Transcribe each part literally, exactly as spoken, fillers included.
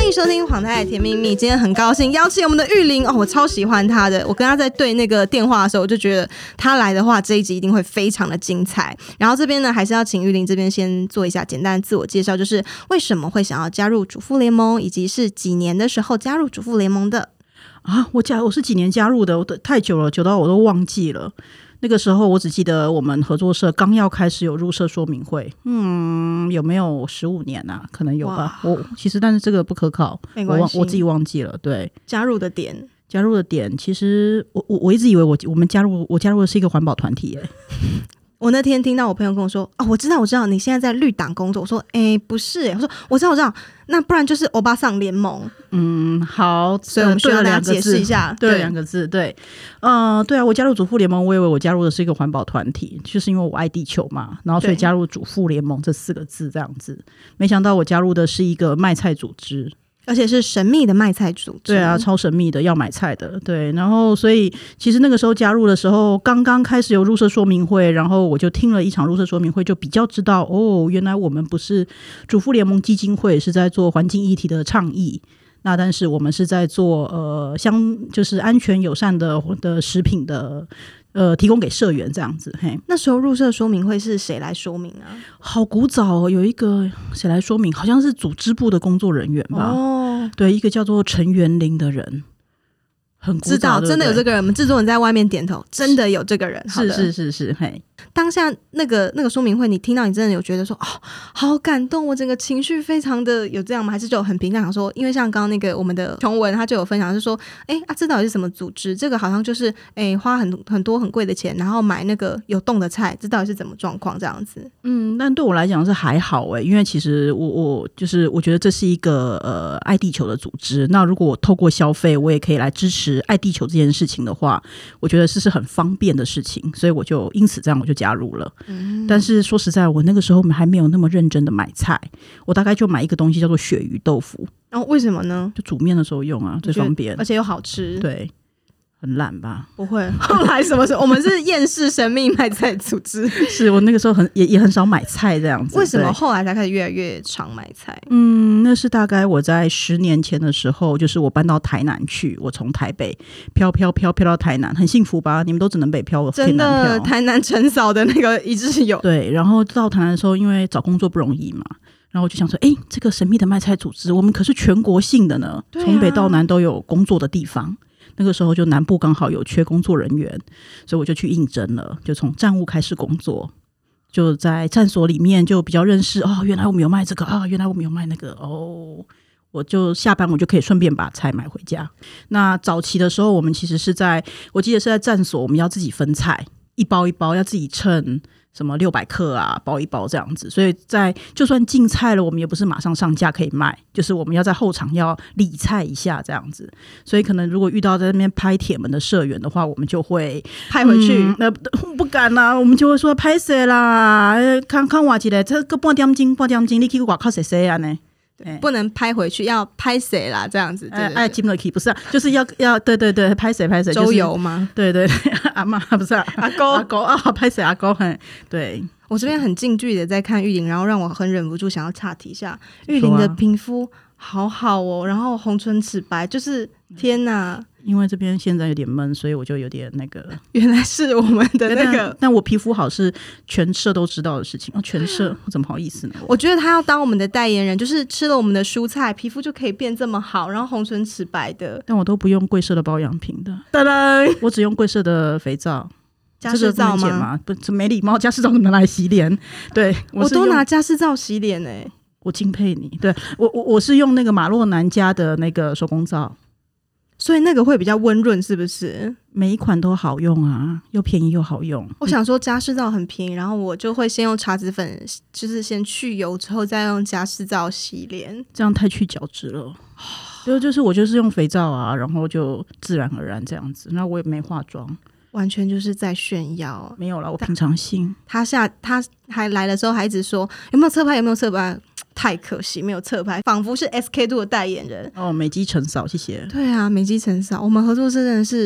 迎收听黄太太甜蜜蜜。今天很高兴邀请我们的玉玲哦，我超喜欢她的。我跟她在对那个电话的时候，我就觉得她来的话，这一集一定会非常的精彩。然后这边呢，还是要请玉玲这边先做一下简单的自我介绍，就是为什么会想要加入主妇联盟，以及是几年的时候加入主妇联盟的啊？我加我是几年加入的，我太久了，久到我都忘记了。那个时候我只记得我们合作社刚要开始有入社说明会，嗯，有没有十五年啊？可能有吧。我其实但是这个不可考， 没关系， 我, 我自己忘记了。对， 加入的点， 加入的点，其实我我我一直以为我我们加入我加入的是一个环保团体耶、欸。 我那天听到我朋友跟我说哦，我知道我知道你现在在绿党工作。我说哎、欸，不是耶、欸、我说我知道我知道，那不然就是欧巴桑联盟。 嗯，好， 所以我们需要大家解释一下。 对，两个字，对，呃，对啊，我加入主妇联盟，我以为我加入的是一个环保团体，就是因为我爱地球嘛，然后所以加入主妇联盟这四个字这样子。没想到我加入的是一个卖菜组织。 而且是神秘的卖菜组织。 对啊，超神秘的，要买菜的。对，然后所以其实那个时候加入的时候，刚刚开始有入社说明会，然后我就听了一场入社说明会，就比较知道哦，原来我们不是主妇联盟基金会是在做环境议题的倡议，那但是我们是在做呃相就是安全友善的的食品的。呃，提供给社员这样子。嘿， 那时候入社说明会是谁来说明啊？ 好古早哦，有一个谁来说明？好像是组织部的工作人员吧。哦，对，一个叫做陈元林的人，很古早， 知道，真的有这个人。我们制作人在外面点头，真的有这个人。 是是是是，嘿。 当下那个那个说明会，你听到你真的有觉得说哦，好感动，我整个情绪非常的有这样吗？还是就很平常说？因为像刚刚那个我们的琼文，他就有分享，是说，哎啊，这到底是什么组织？这个好像就是哎花很很多很贵的钱，然后买那个有冻的菜，这到底是怎么状况？这样子。 嗯，但对我来讲是还好哎、欸，因为其实我我就是我觉得这是一个呃爱地球的组织。那如果我透过消费，我也可以来支持爱地球这件事情的话，我觉得这是很方便的事情，所以我就因此这样我就加入了。嗯，但是说实在，我那个时候还没有那么认真的买菜，我大概就买一个东西叫做鳕鱼豆腐。 然后、哦、为什么呢？ 就煮面的时候用啊，最方便， 而且又好吃。 对。很懒吧？ 不会。后来什么时候？我们是厌世神秘买菜组织。 是我那个时候很也也很少买菜这样子。 为什么后来才开始越来越常买菜？ 嗯，那是大概我在十年前的时候，就是我搬到台南去，我从台北飘飘飘飘到台南，很幸福吧？你们都只能北漂，我真的台南陈嫂的那个一直有。 对，然后到台南的时候，因为找工作不容易嘛。然后我就想说，哎，这个神秘的卖菜组织，我们可是全国性的呢，从、啊、北到南都有工作的地方。那个时候就南部刚好有缺工作人员，所以我就去应征了，就从站务开始工作，就在站所里面就比较认识哦，原来我们有卖这个啊，原来我们有卖那个哦，我就下班我就可以顺便把菜买回家。那早期的时候我们其实是在我记得是在站所，我们要自己分菜，一包一包要自己称什么六百克啊，包一包这样子，所以在就算进菜了，我们也不是马上上架可以卖，就是我们要在后场要理菜一下这样子。所以可能如果遇到在那边拍铁门的社员的话，我们就会拍回去。 嗯、呃不敢啦、啊，我们就会说拍谁啦，看看我一个这个半点钟半点钟，你去外口谁谁啊呢？ 不能拍回去，要拍谁啦？这样子，对哎，金乐 key 不是、啊，就是要要对对对，拍谁拍谁， 周游吗？ 对对对，阿妈不是、啊、 阿公阿公啊，拍谁阿公？对， 我这边很近距离的在看玉玲，然后让我很忍不住想要岔题一下，玉玲的皮肤好好哦，然后红唇齿白，就是天哪！ 因为这边现在有点闷，所以我就有点那个。 原来是我们的那个， 但, 但我皮肤好是全社都知道的事情哦。全社我怎么好意思呢？ 我觉得他要当我们的代言人，就是吃了我们的蔬菜，皮肤就可以变这么好，然后红唇齿白的。 但我都不用贵社的保养品的， 当然， 我只用贵社的肥皂。 家事皂吗？ 这个吗？不，没礼貌。家事皂怎么拿来洗脸？对，我, 我都拿家事皂洗脸哎、欸， 我敬佩你。对我，我我是用那个马洛南家的那个手工皂。 所以那个会比较温润，是不是？ 每一款都好用啊，又便宜又好用。 我想说家事皂很便宜，然后我就会先用茶籽粉，就是先去油之后再用家事皂洗脸， 这样太去角质了。就就是我就是用肥皂啊，然后就自然而然这样子。那我也没化妆， 完全就是在炫耀。 没有啦，我平常心。 他下他还来的时候还一直说有没有侧拍，有没有侧拍。太可惜没有侧拍，仿佛是 S K two 的代言人哦。美肌陈嫂，谢谢。 对啊，美肌陈嫂，我们合作社真的是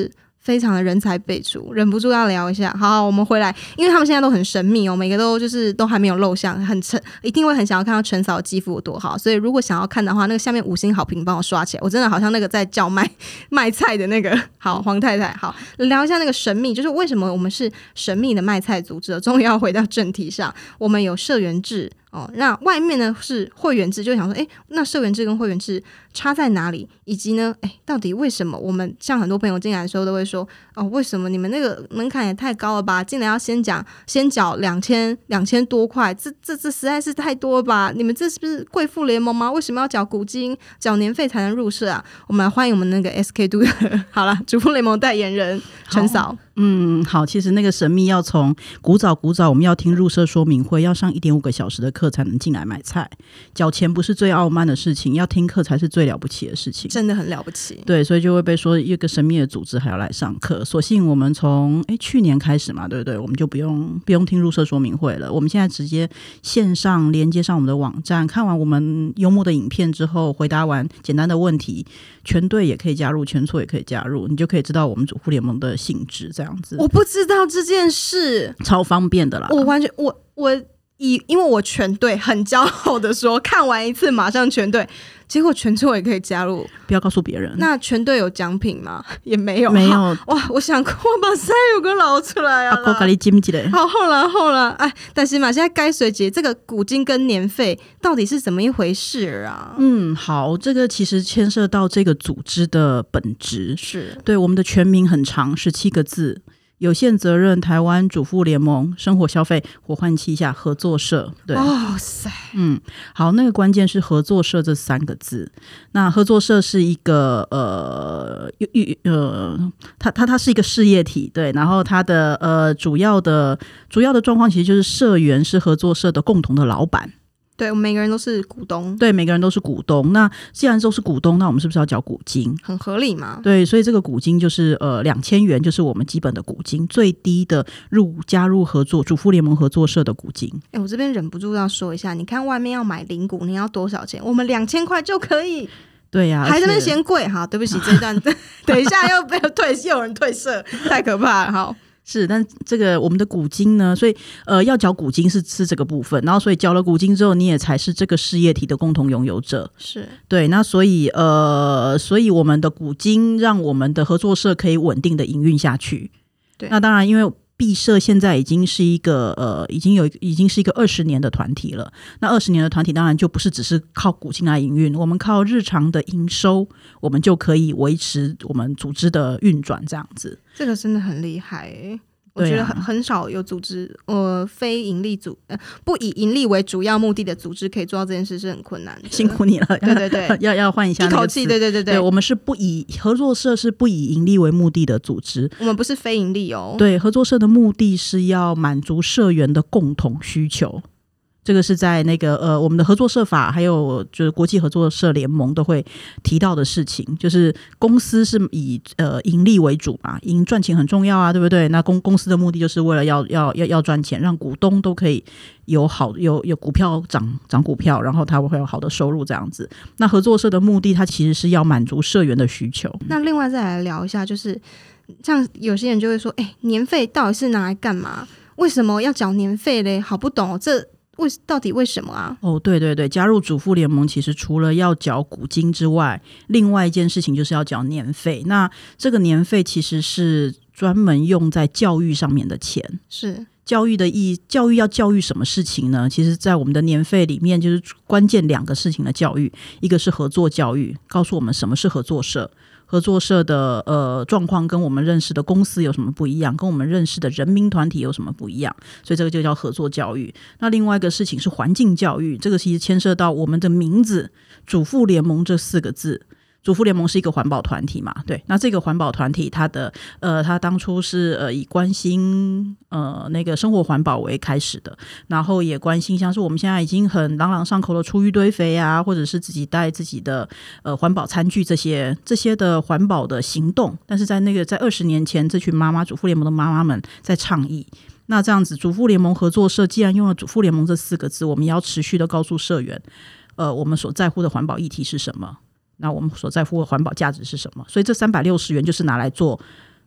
非常的人才辈出，忍不住要聊一下。好, 好，我们回来，因为他们现在都很神秘哦，每个都就是都还没有露相，很陈，一定会很想要看到陈嫂的肌肤有多好。所以如果想要看的话，那个下面五星好评帮我刷起来，我真的好像那个在叫卖卖菜的那个。好，黄太太，好，聊一下那个神秘，就是为什么我们是神秘的卖菜组织。终于要回到正题上，我们有社员制。哦，那外面呢是会员制，就想说，哎，那社员制跟会员制差在哪里？以及呢，哎，到底为什么我们像很多朋友进来的时候都会说，哦，为什么你们那个门槛也太高了吧？进来要先讲，先缴两千两千多块，这这这实在是太多了吧？你们这是不是贵妇联盟吗？为什么要缴股金、缴年费才能入社啊？我们来欢迎我们那个 S K two 的，好了，主妇联盟代言人陈嫂。 嗯，好，其实那个神秘要从古早古早，我们要听入社说明会，要上一点五个小时的课才能进来买菜，缴钱不是最傲慢的事情，要听课才是最了不起的事情， 真的很了不起。 对，所以就会被说一个神秘的组织还要来上课。所幸我们从哎去年开始嘛，对不对？我们就不用不用听入社说明会了，我们现在直接线上连接上我们的网站，看完我们幽默的影片之后，回答完简单的问题，全对也可以加入，全错也可以加入，你就可以知道我们主妇联盟的性质。这样子， 我不知道这件事， 超方便的啦。 我完全，我我以因为我全对，很骄傲的说，看完一次马上全对，结果全错也可以加入， 不要告诉别人。 那全对有奖品吗？也没有， 没有。 哇，我想过把三有个捞出来啊！ 我给你金起来。 好，后来后来，哎，但是嘛，现在该水节这个股金跟年费到底是怎么一回事啊？ 嗯，好，这个其实牵涉到这个组织的本质， 是对我们的全名很长，十七个字。有限责任台湾主妇联盟生活消费活换气下合作社。对， 哦塞， 嗯，好，那个关键是合作社这三个字。那合作社是一个呃呃，它它它是一个事业体，对，然后它的呃主要的主要的状况其实就是社员是合作社的共同的老板。 对，我们每个人都是股东。 对，每个人都是股东。那既然都是股东，那我们是不是要缴股金？ 很合理嘛。 对，所以这个股金就是呃两千元，就是我们基本的股金，最低的入加入合作主妇联盟合作社的股金。 哎，我这边忍不住要说一下，你看外面要买零股，你要多少钱？我们两千块就可以。 对呀、啊， 还在那边嫌贵。好，对不起，这一段等一下又被退，又有人退社，太可怕了。好。 是，但这个我们的股金呢，所以呃要缴股金是是这个部分，然后所以缴了股金之后，你也才是这个事业体的共同拥有者。 是对，那所以呃，所以我们的股金让我们的合作社可以稳定的营运下去。 对， 那当然因为毕社现在已经是一个呃，已经有已经是一个二十年的团体了。那二十年的团体当然就不是只是靠股金来营运，我们靠日常的营收，我们就可以维持我们组织的运转，这样子。 这个真的很厉害、欸。我觉得很很少有组织，呃，非盈利组，呃，不以盈利为主要目的的组织可以做到这件事，是很困难的。 辛苦你了， 对对对， 要要换一下那个一口气，对对对对, 对，我们是不以合作社是不以盈利为目的的组织， 我们不是非盈利哦。 对，合作社的目的是要满足社员的共同需求。这个是在那个呃我们的合作社法还有就是国际合作社联盟都会提到的事情，就是公司是以呃盈利为主嘛，盈赚钱很重要啊，对不对？那公公司的目的就是为了要要要要赚钱，让股东都可以有好有有股票涨涨股票，然后他会有好的收入这样子。那合作社的目的，它其实是要满足社员的需求。 那另外再来聊一下，就是像有些人就会说，哎、欸，年费到底是拿来干嘛？为什么要缴年费嘞？好不懂、哦、这。为到底为什么啊？ 哦，对对对，加入主妇联盟其实除了要缴股金之外，另外一件事情就是要缴年费。那这个年费其实是专门用在教育上面的钱。 是教育的意义，教育要教育什么事情呢？其实在我们的年费里面就是关键两个事情的教育，一个是合作教育，告诉我们什么是合作社，合作社的呃状况跟我们认识的公司有什么不一样，跟我们认识的人民团体有什么不一样，所以这个就叫合作教育。那另外一个事情是环境教育，这个其实牵涉到我们的名字主妇联盟这四个字。主妇联盟是一个环保团体嘛，对，那这个环保团体它的呃，它当初是呃以关心呃那个生活环保为开始的，然后也关心像是我们现在已经很朗朗上口的厨余堆肥啊，或者是自己带自己的呃环保餐具这些这些的环保的行动，但是在那个在二十年前，这群妈妈主妇联盟的妈妈们在倡议。那这样子，主妇联盟合作社既然用了主妇联盟这四个字，我们也要持续的告诉社员，呃，我们所在乎的环保议题是什么。那我们所在乎的环保价值是什么？所以这三百六十元就是拿来做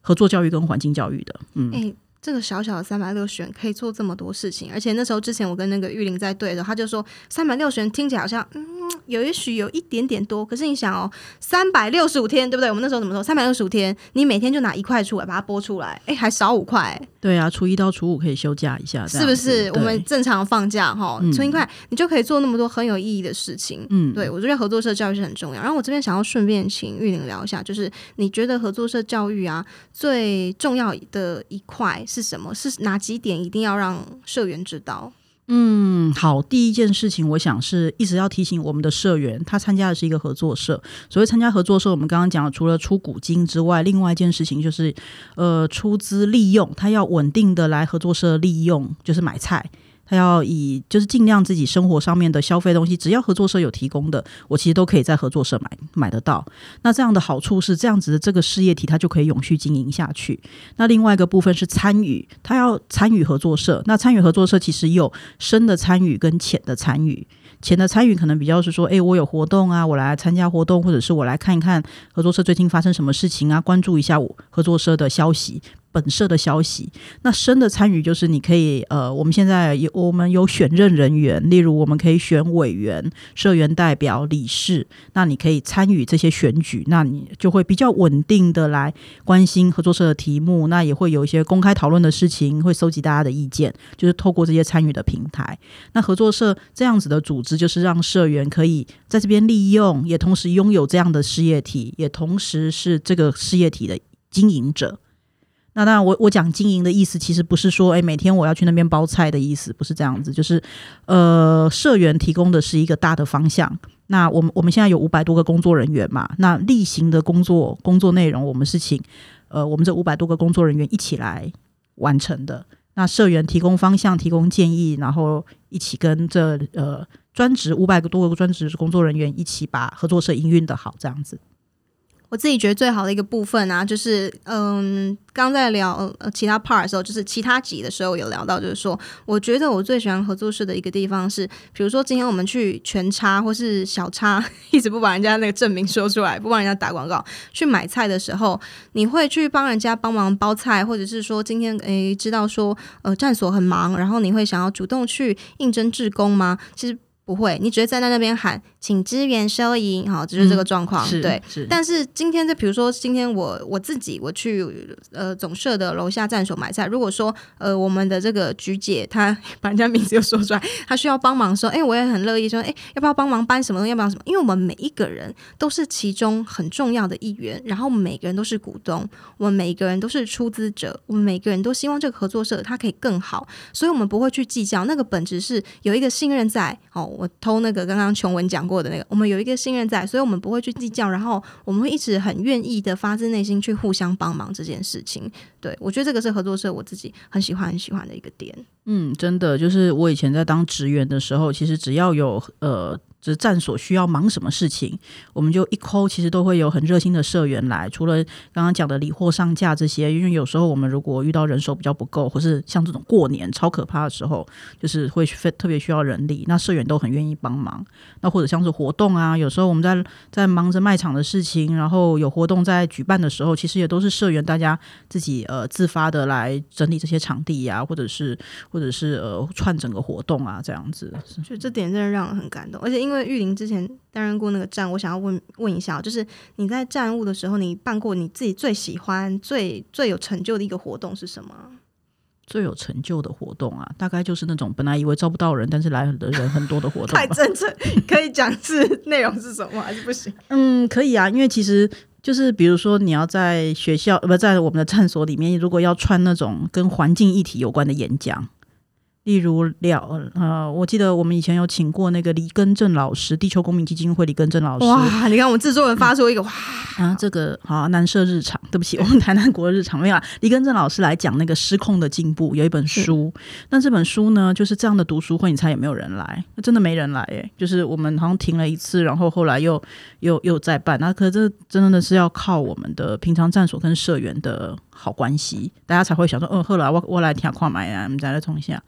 合作教育跟环境教育的。嗯， 欸这个小小的三百六十元可以做这么多事情，而且那时候之前我跟那个玉玲在对的时候，他就说三百六十元听起来好像嗯，有也许有一点点多，可是你想哦，三百六十五天对不对？我们那时候怎么说？三百六十五天，你每天就拿一块出来把它拨出来，哎，还少五块。 对啊，初一到初五可以休假一下， 是不是？我们正常放假哈，存一块你就可以做那么多很有意义的事情。嗯，对，我觉得合作社教育是很重要。然后我这边想要顺便请玉玲聊一下，就是你觉得合作社教育啊最重要的一块是什么？是哪几点一定要让社员知道？ 嗯，好，第一件事情我想是一直要提醒我们的社员，他参加的是一个合作社。所谓参加合作社，我们刚刚讲除了出股金之外，另外一件事情就是呃出资利用，他要稳定的来合作社利用，就是买菜，他要以就是尽量自己生活上面的消费东西，只要合作社有提供的，我其实都可以在合作社买买得到。那这样的好处是，这样子的这个事业体它就可以永续经营下去。那另外一个部分是参与，他要参与合作社。那参与合作社其实有深的参与跟浅的参与。浅的参与可能比较是说，哎，我有活动啊，我来参加活动，或者是我来看一看合作社最近发生什么事情啊，关注一下我合作社的消息。本社的消息。那深的参与就是你可以呃，我们现在有我们有选任人员，例如我们可以选委员、社员代表、理事，那你可以参与这些选举，那你就会比较稳定的来关心合作社的题目，那也会有一些公开讨论的事情，会收集大家的意见，就是透过这些参与的平台。那合作社这样子的组织就是让社员可以在这边利用，也同时拥有这样的事业体，也同时是这个事业体的经营者。那当然我我讲经营的意思其实不是说诶每天我要去那边包菜的意思，不是这样子，就是呃社员提供的是一个大的方向。那我们我们现在有五百多个工作人员嘛，那例行的工作工作内容我们是请呃我们这五百多个工作人员一起来完成的。那社员提供方向提供建议，然后一起跟这呃专职五百多个专职工作人员一起把合作社营运的好，这样子。 我自己觉得最好的一个部分啊，就是嗯，刚在聊呃其他 part 的时候，就是其他集的时候有聊到，就是说，我觉得我最喜欢合作社的一个地方是，比如说今天我们去全差或是小差，一直不把人家那个证明说出来，不帮人家打广告，去买菜的时候，你会去帮人家帮忙包菜，或者是说今天诶知道说呃站所很忙，然后你会想要主动去应征志工吗？其实不会，你只会站在那边喊请支援收银，好，就是这个状况、嗯、对。是但是今天，比如说今天我我自己我去呃总社的楼下站所买菜，如果说呃我们的这个菊姐她把人家名字又说出来，她需要帮忙说，哎，我也很乐意说，哎，要不要帮忙搬什么东西，要不要什么？因为我们每一个人都是其中很重要的一员，然后每个人都是股东，我们每个人都是出资者，我们每个人都希望这个合作社它可以更好，所以我们不会去计较，那个本质是有一个信任在。哦，我偷那个刚刚琼文讲过的那个，我们有一个信任在，所以我们不会去计较，然后我们会一直很愿意的发自内心去互相帮忙这件事情。对，我觉得这个是合作社我自己很喜欢很喜欢的一个点。嗯， 真的就是我以前在当职员的时候，其实只要有呃就是站所需要忙什么事情，我们就一 call， 其实都会有很热心的社员来。除了刚刚讲的理货上架这些，因为有时候我们如果遇到人手比较不够，或是像这种过年超可怕的时候，就是会特别需要人力，那社员都很愿意帮忙。那或者像是活动啊，有时候我们在在忙着卖场的事情，然后有活动在举办的时候，其实也都是社员大家自己呃自发的来整理这些场地啊，或者是或者是呃串整个活动啊，这样子。 就这点真的让人很感动，而且因为因为玉玲之前担任过那个站，我想要问问一下，就是你在站务的时候，你办过你自己最喜欢、最最有成就的一个活动是什么？ 最有成就的活动啊，大概就是那种本来以为招不到人，但是来的人很多的活动。 太真诚，可以讲是内容是什么还是不行？ 嗯，可以啊，因为其实就是比如说你要在学校不在我们的站所里面，如果要串那种跟环境议题有关的演讲。例如了呃，我记得我们以前有请过那个李根正老师，地球公民基金会李根正老师。 哇，你看我们制作人发出一个、嗯、哇啊，这个好南社日常，对不起，我们台南国日常没有啊。李根正老师来讲那个失控的进步，有一本书，那这本书呢，就是这样的读书会，你猜有没有人来？真的没人来耶，就是我们好像停了一次，然后后来又又又再办，那可是这真的是要靠我们的平常站所跟社员的好关系，大家才会想说，嗯，后来我我来听看买啊，我们再来冲一下。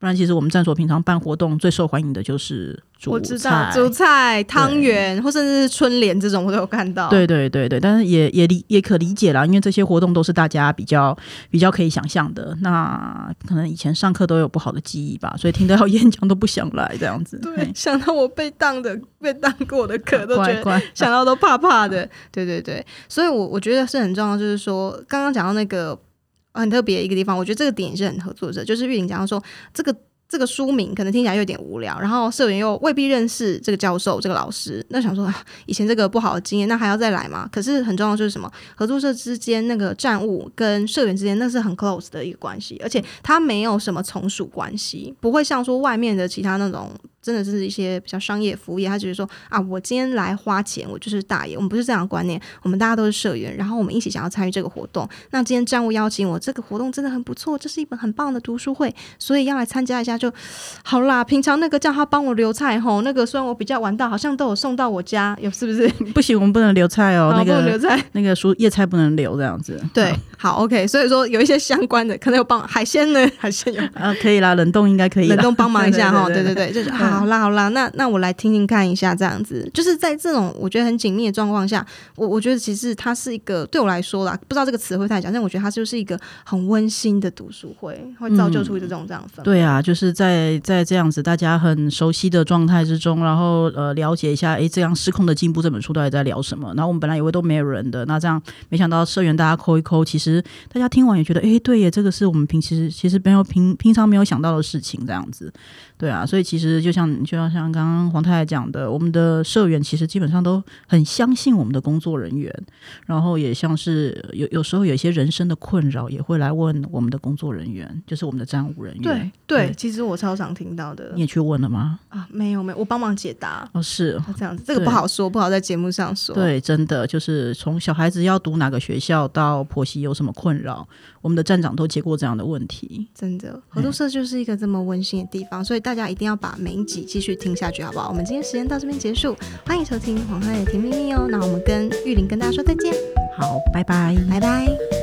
不然其实我们站所平常办活动最受欢迎的就是主菜， 我知道主菜、汤圆或甚至是春联这种我都有看到。 对对对对，但是也也理也可理解啦，因为这些活动都是大家比较比较可以想象的。那可能以前上课都有不好的记忆吧，所以听到要演讲都不想来这样子。 对，想到我被当的被当过的课都觉得乖乖想到都怕怕的。对对对，所以我我觉得是很重要，就是说刚刚讲到那个很特别的一个地方，我觉得这个点也是很合作者，就是玉玲讲到说这个这个书名可能听起来有点无聊，然后社员又未必认识这个教授这个老师，那想说、啊、以前这个不好的经验那还要再来吗？可是很重要就是什么，合作社之间那个站务跟社员之间那是很 close 的一个关系，而且它没有什么从属关系，不会像说外面的其他那种真的是一些比较商业服务业，他就是说啊，我今天来花钱我就是大爷，我们不是这样的观念，我们大家都是社员，然后我们一起想要参与这个活动，那今天站务邀请我，这个活动真的很不错，这是一本很棒的读书会，所以要来参加一下就好啦。平常那个叫他帮我留菜吼，那个虽然我比较晚到，好像都有送到我家，有是不是？ 不行，我们不能留菜哦，那个不能留菜， 那个蔬叶菜不能留这样子。 对，好 OK， 所以说有一些相关的，可能有帮海鲜呢，海鲜有啊，可以啦，冷冻应该可以啦， 冷冻帮忙一下哈，对对对对，就是好啦好啦，那那我来听听看一下，这样子，就是在这种我觉得很紧密的状况下，我我觉得其实它是一个对我来说啦，不知道这个词汇太讲，但我觉得它就是一个很温馨的读书会，会造就出这种这样的氛围、嗯。 对啊，就是在在这样子大家很熟悉的状态之中，然后呃了解一下，哎，这样失控的进步这本书到底在聊什么？然后我们本来以为都没有人的，那这样没想到社员大家抠一抠，其实大家听完也觉得，哎，对耶，这个是我们平时其实没有平平常没有想到的事情，这样子。对啊，所以其实就像就像像刚刚黄太太讲的，我们的社员其实基本上都很相信我们的工作人员，然后也像是有有时候有一些人生的困扰也会来问我们的工作人员，就是我们的站务人员。 对 对, 对，其实我超常听到的。 你也去问了吗？ 啊，没有没有，我帮忙解答。 哦，是这样子，这个不好说，不好在节目上说。 对，真的就是从小孩子要读哪个学校到婆媳有什么困扰，我们的站长都接过这样的问题。 真的，合作社就是一个这么温馨的地方，所以大家一定要把每一集继续听下去，好不好？我们今天时间到这边结束，欢迎收听黄太的甜蜜蜜哦。那我们跟玉玲跟大家说再见， 好，拜拜， 拜拜。